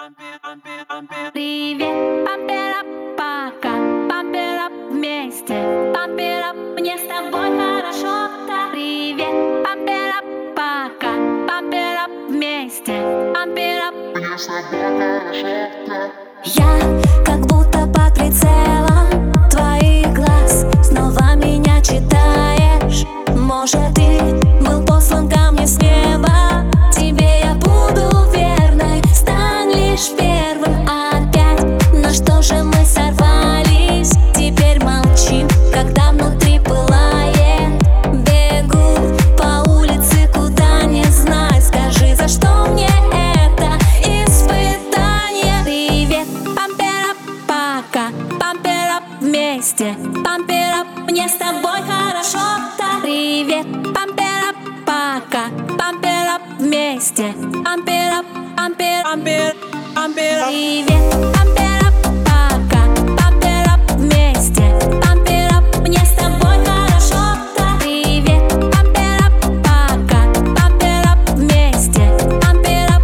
Привет, памперап, пока, памперап вместе, памперап, мне с тобой хорошо. Привет, памперап, пока, памперап вместе, памперап, мне с тобой хорошо. Я как будто под прицелом твоих глаз, снова меня читаешь. Может, ты был послан ко мне с неба, тебе я буду верной, стань лишь первым опять. На что же мы сорвались, теперь молчим, когда внутри пылает. Бегу по улице, куда не знаю, скажи, за что мне это испытание. Привет, памперап, пока, памперап вместе, памперап, мне с тобой хорошо. Привет, памперап, пока, памперап вместе, памперап, памперап, привет, памперап, пока, памперап вместе, памперап, мне с тобой хорошо. Привет, памперап, пока, памперап вместе, памперап,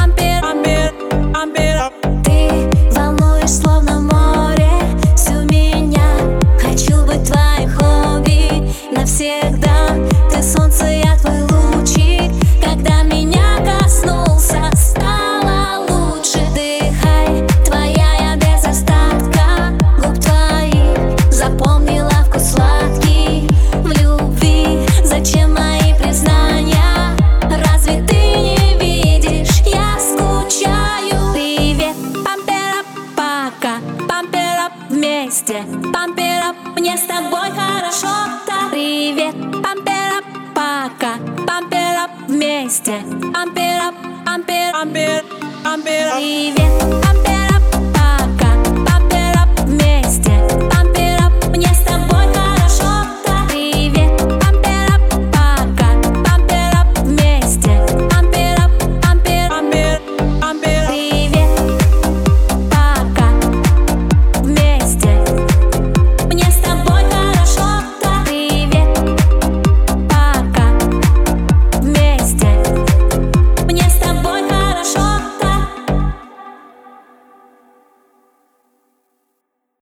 памперап. Ты волнуешь словно море всю меня, хочу быть твоим хобби навсегда. Ты солнце, я твой лучик, когда меня коснулся, стало лучше. Дыхай, твоя я без остатка, губ твоих запомнила вкус сладкий. В любви зачем мои признания, разве ты не видишь, я скучаю. Привет, памперап, пока, памперап вместе, памперап, мне с тобой хорошо. Привет, памперап, пока, памперап вместе, памперап, привет.